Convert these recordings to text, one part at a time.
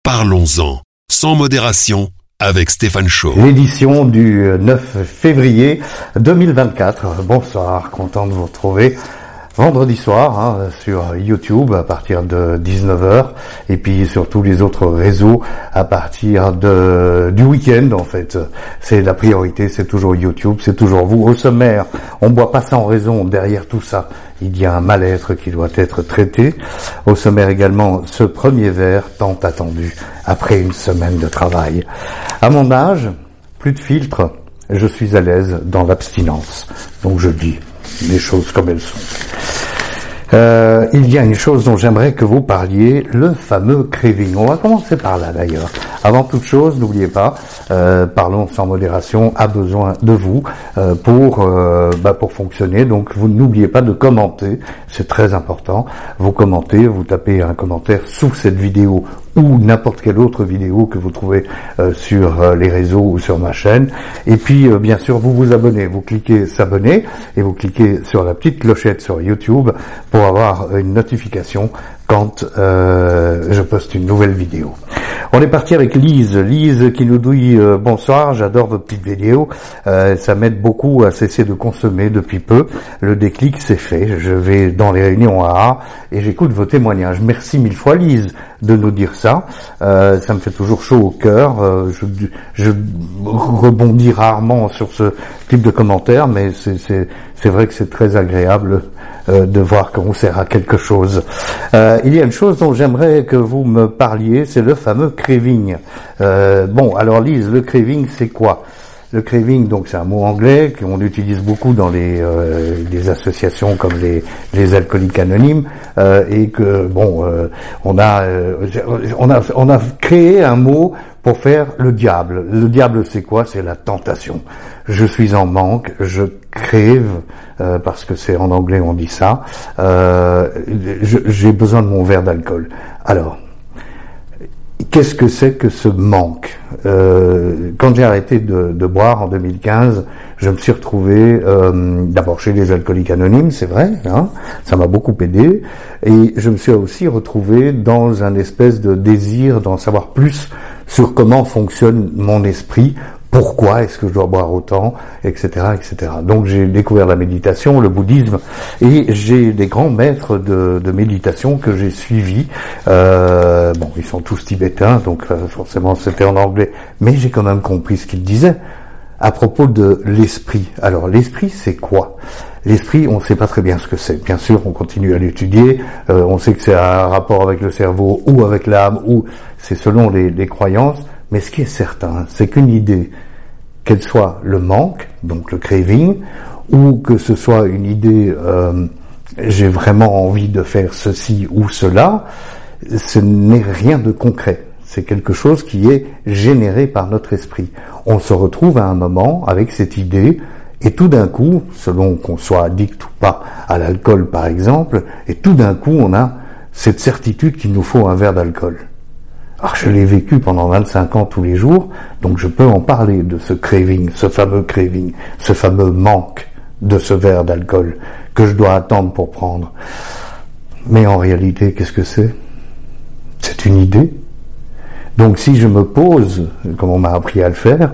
Parlons-en, sans modération, avec Stéphane Chaud. L'édition du 9 février 2024. Bonsoir, content de vous retrouver vendredi soir sur YouTube à partir de 19h et puis sur tous les autres réseaux à partir du week-end en fait. C'est la priorité, c'est toujours YouTube, c'est toujours vous. Au sommaire, on boit pas sans raison. Derrière tout ça, il y a un mal-être qui doit être traité. Au sommaire également, ce premier verre tant attendu après une semaine de travail. À mon âge, plus de filtre, je suis à l'aise dans l'abstinence. Donc je dis les choses comme elles sont. Il y a une chose dont j'aimerais que vous parliez, le fameux craving. On va commencer par là d'ailleurs. Avant toute chose, n'oubliez pas, Parlons sans modération a besoin de vous pour fonctionner. Donc vous n'oubliez pas de commenter, c'est très important. Vous commentez, vous tapez un commentaire sous cette vidéo ou n'importe quelle autre vidéo que vous trouvez sur les réseaux ou sur ma chaîne. Et puis, bien sûr, vous vous abonnez. Vous cliquez s'abonner et vous cliquez sur la petite clochette sur YouTube pour avoir une notification quand je poste une nouvelle vidéo. On est parti avec Lise qui nous dit bonsoir, j'adore vos petites vidéos, ça m'aide beaucoup à cesser de consommer depuis peu. Le déclic c'est fait, je vais dans les réunions AA et j'écoute vos témoignages. Merci mille fois Lise de nous dire ça, ça me fait toujours chaud au cœur. Je rebondis rarement sur ce type de commentaires, mais c'est vrai que c'est très agréable de voir qu'on sert à quelque chose. Il y a une chose dont j'aimerais que vous me parliez, c'est le fameux craving. Alors Lise, le craving c'est quoi? Le craving, donc c'est un mot anglais qu'on utilise beaucoup dans des associations comme les alcooliques anonymes, et que on a créé un mot pour faire le diable. Le diable c'est quoi? C'est la tentation. Je suis en manque, je crève, parce que c'est en anglais on dit ça, j'ai besoin de mon verre d'alcool. Alors, qu'est-ce que c'est que ce manque? Quand j'ai arrêté de boire en 2015, je me suis retrouvé d'abord chez les alcooliques anonymes, c'est vrai, ça m'a beaucoup aidé, et je me suis aussi retrouvé dans un espèce de désir d'en savoir plus sur comment fonctionne mon esprit. Pourquoi est-ce que je dois boire autant, etc., etc. Donc j'ai découvert la méditation, le bouddhisme, et j'ai des grands maîtres de méditation que j'ai suivis. Ils sont tous tibétains, donc forcément c'était en anglais, mais j'ai quand même compris ce qu'ils disaient à propos de l'esprit. Alors l'esprit, c'est quoi? L'esprit, on ne sait pas très bien ce que c'est. Bien sûr, on continue à l'étudier. On sait que c'est un rapport avec le cerveau ou avec l'âme, ou c'est selon les croyances. Mais ce qui est certain, c'est qu'une idée, qu'elle soit le manque, donc le craving, ou que ce soit une idée j'ai vraiment envie de faire ceci ou cela, ce n'est rien de concret. C'est quelque chose qui est généré par notre esprit. On se retrouve à un moment avec cette idée, et tout d'un coup, selon qu'on soit addict ou pas à l'alcool par exemple, et tout d'un coup on a cette certitude qu'il nous faut un verre d'alcool. Alors je l'ai vécu pendant 25 ans tous les jours, donc je peux en parler de ce craving, ce fameux manque de ce verre d'alcool que je dois attendre pour prendre. Mais en réalité, qu'est-ce que c'est? C'est une idée. Donc si je me pose, comme on m'a appris à le faire,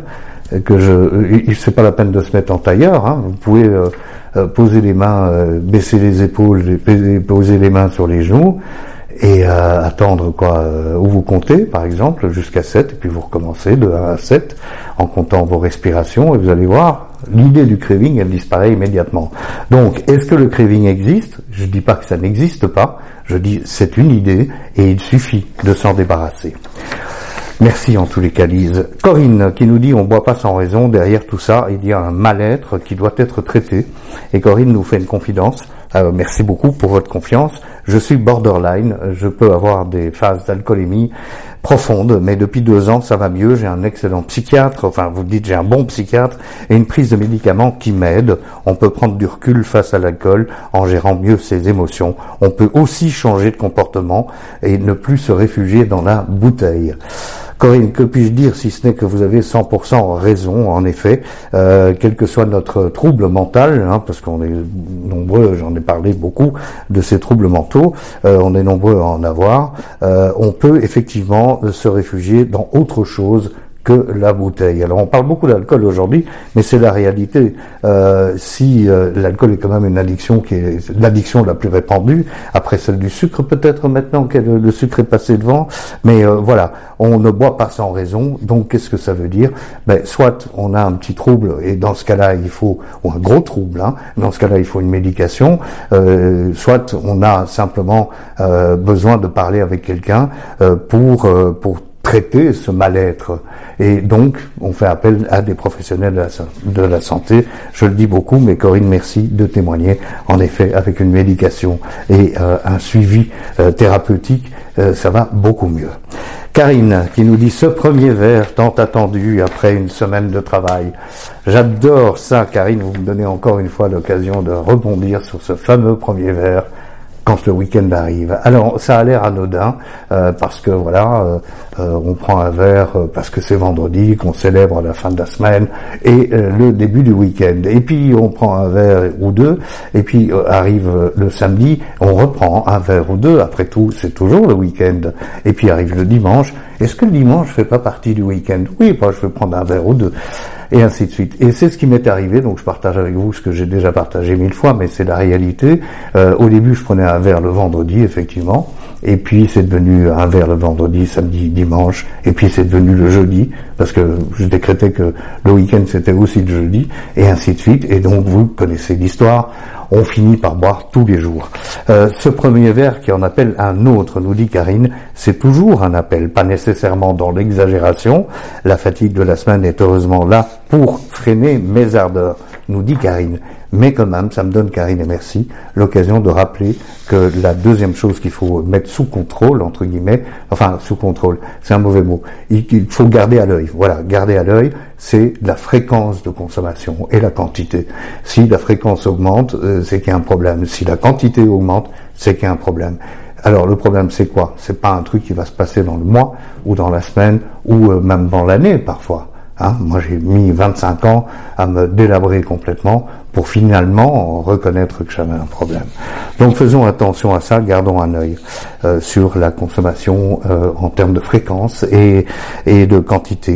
c'est pas la peine de se mettre en tailleur, vous pouvez poser les mains, baisser les épaules, poser les mains sur les genoux, et attendre où vous comptez par exemple jusqu'à 7 et puis vous recommencez de 1 à 7 en comptant vos respirations et vous allez voir l'idée du craving elle disparaît immédiatement. Donc est-ce que le craving existe? Je dis pas que ça n'existe pas, je dis c'est une idée et il suffit de s'en débarrasser. Merci en tous les cas Lise. Corinne qui nous dit on boit pas sans raison, derrière tout ça il y a un mal-être qui doit être traité, et Corinne nous fait une confidence. Merci beaucoup pour votre confiance. Je suis borderline, je peux avoir des phases d'alcoolémie profonde, mais depuis 2 ans ça va mieux, j'ai un excellent psychiatre, vous dites j'ai un bon psychiatre, et une prise de médicaments qui m'aide. On peut prendre du recul face à l'alcool en gérant mieux ses émotions. On peut aussi changer de comportement et ne plus se réfugier dans la bouteille. Corinne, que puis-je dire si ce n'est que vous avez 100% raison, en effet, quel que soit notre trouble mental, parce qu'on est nombreux, j'en ai parlé beaucoup de ces troubles mentaux, on est nombreux à en avoir, on peut effectivement se réfugier dans autre chose que la bouteille. Alors on parle beaucoup d'alcool aujourd'hui, mais c'est la réalité. Si l'alcool est quand même une addiction qui est l'addiction la plus répandue, après celle du sucre peut-être maintenant que le sucre est passé devant, mais voilà, on ne boit pas sans raison. Donc qu'est-ce que ça veut dire? Soit on a un petit trouble et dans ce cas-là il faut, ou un gros trouble, dans ce cas-là il faut une médication, soit on a simplement besoin de parler avec quelqu'un pour traiter ce mal-être. Et donc, on fait appel à des professionnels de la santé. Je le dis beaucoup, mais Corinne, merci de témoigner. En effet, avec une médication et un suivi thérapeutique, ça va beaucoup mieux. Karine, qui nous dit ce premier verre tant attendu après une semaine de travail. J'adore ça, Karine. Vous me donnez encore une fois l'occasion de rebondir sur ce fameux premier verre quand le week-end arrive. Alors, ça a l'air anodin, parce que voilà, on prend un verre parce que c'est vendredi, qu'on célèbre la fin de la semaine et le début du week-end. Et puis, on prend un verre ou deux, et puis arrive le samedi, on reprend un verre ou deux. Après tout, c'est toujours le week-end. Et puis arrive le dimanche. Est-ce que le dimanche fait pas partie du week-end? Oui, je vais prendre un verre ou deux. Et ainsi de suite. Et c'est ce qui m'est arrivé, donc je partage avec vous ce que j'ai déjà partagé 1000 fois, mais c'est la réalité. Au début, je prenais un verre le vendredi, effectivement, et puis c'est devenu un verre le vendredi, samedi, dimanche, et puis c'est devenu le jeudi, parce que je décrétais que le week-end c'était aussi le jeudi, et ainsi de suite. Et donc vous connaissez l'histoire, on finit par boire tous les jours. Ce premier verre qui en appelle un autre, nous dit Karine, c'est toujours un appel, pas nécessairement dans l'exagération. La fatigue de la semaine est heureusement là pour freiner mes ardeurs, nous dit Karine. Mais quand même, ça me donne, Karine, et merci, l'occasion de rappeler que la deuxième chose qu'il faut mettre sous contrôle, entre guillemets, enfin, sous contrôle, c'est un mauvais mot, il faut garder à l'œil. Voilà, garder à l'œil, c'est la fréquence de consommation et la quantité. Si la fréquence augmente, c'est qu'il y a un problème. Si la quantité augmente, c'est qu'il y a un problème. Alors, le problème, c'est quoi? C'est pas un truc qui va se passer dans le mois, ou dans la semaine, ou même dans l'année, parfois. Moi, j'ai mis 25 ans à me délabrer complètement pour finalement reconnaître que j'avais un problème. Donc, faisons attention à ça, gardons un œil sur la consommation en termes de fréquence et de quantité.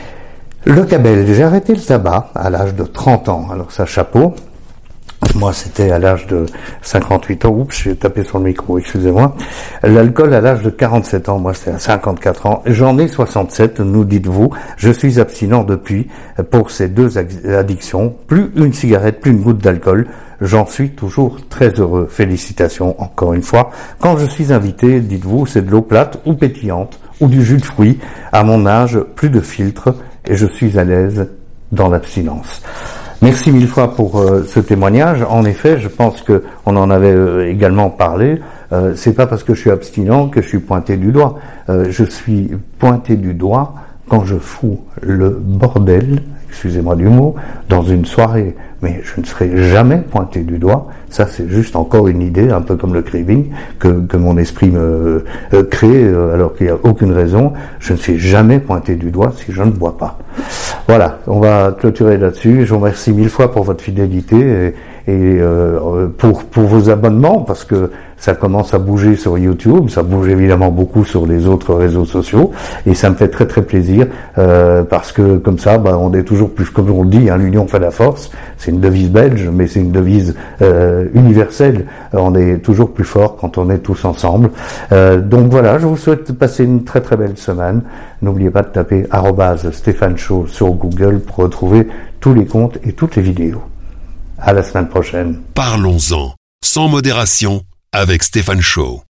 Le cabel, j'ai arrêté le tabac à l'âge de 30 ans. Alors ça, chapeau. Moi, c'était à l'âge de 58 ans. Oups, j'ai tapé sur le micro, excusez-moi. L'alcool à l'âge de 47 ans. Moi, c'était à 54 ans. J'en ai 67, nous dites-vous. Je suis abstinent depuis pour ces deux addictions. Plus une cigarette, plus une goutte d'alcool. J'en suis toujours très heureux. Félicitations, encore une fois. Quand je suis invité, dites-vous, c'est de l'eau plate ou pétillante ou du jus de fruits. À mon âge, plus de filtre et je suis à l'aise dans l'abstinence. Merci 1000 fois pour ce témoignage. En effet, je pense que on en avait également parlé. C'est pas parce que je suis abstinent que je suis pointé du doigt. Je suis pointé du doigt quand je fous le bordel, excusez-moi du mot, dans une soirée. Mais je ne serai jamais pointé du doigt. Ça, c'est juste encore une idée, un peu comme le craving, que mon esprit me crée, alors qu'il n'y a aucune raison. Je ne suis jamais pointé du doigt si je ne bois pas. Voilà, on va clôturer là-dessus. Je vous remercie 1000 fois pour votre fidélité et pour vos abonnements, parce que ça commence à bouger sur YouTube, ça bouge évidemment beaucoup sur les autres réseaux sociaux, et ça me fait très très plaisir, parce que comme ça, on est toujours plus, comme on le dit, l'union fait la force. C'est une devise belge, mais c'est une devise universelle. On est toujours plus fort quand on est tous ensemble. Donc voilà, je vous souhaite de passer une très très belle semaine. N'oubliez pas de taper @Stéphane Show sur Google pour retrouver tous les comptes et toutes les vidéos. À la semaine prochaine. Parlons-en, sans modération, avec Stéphane Show.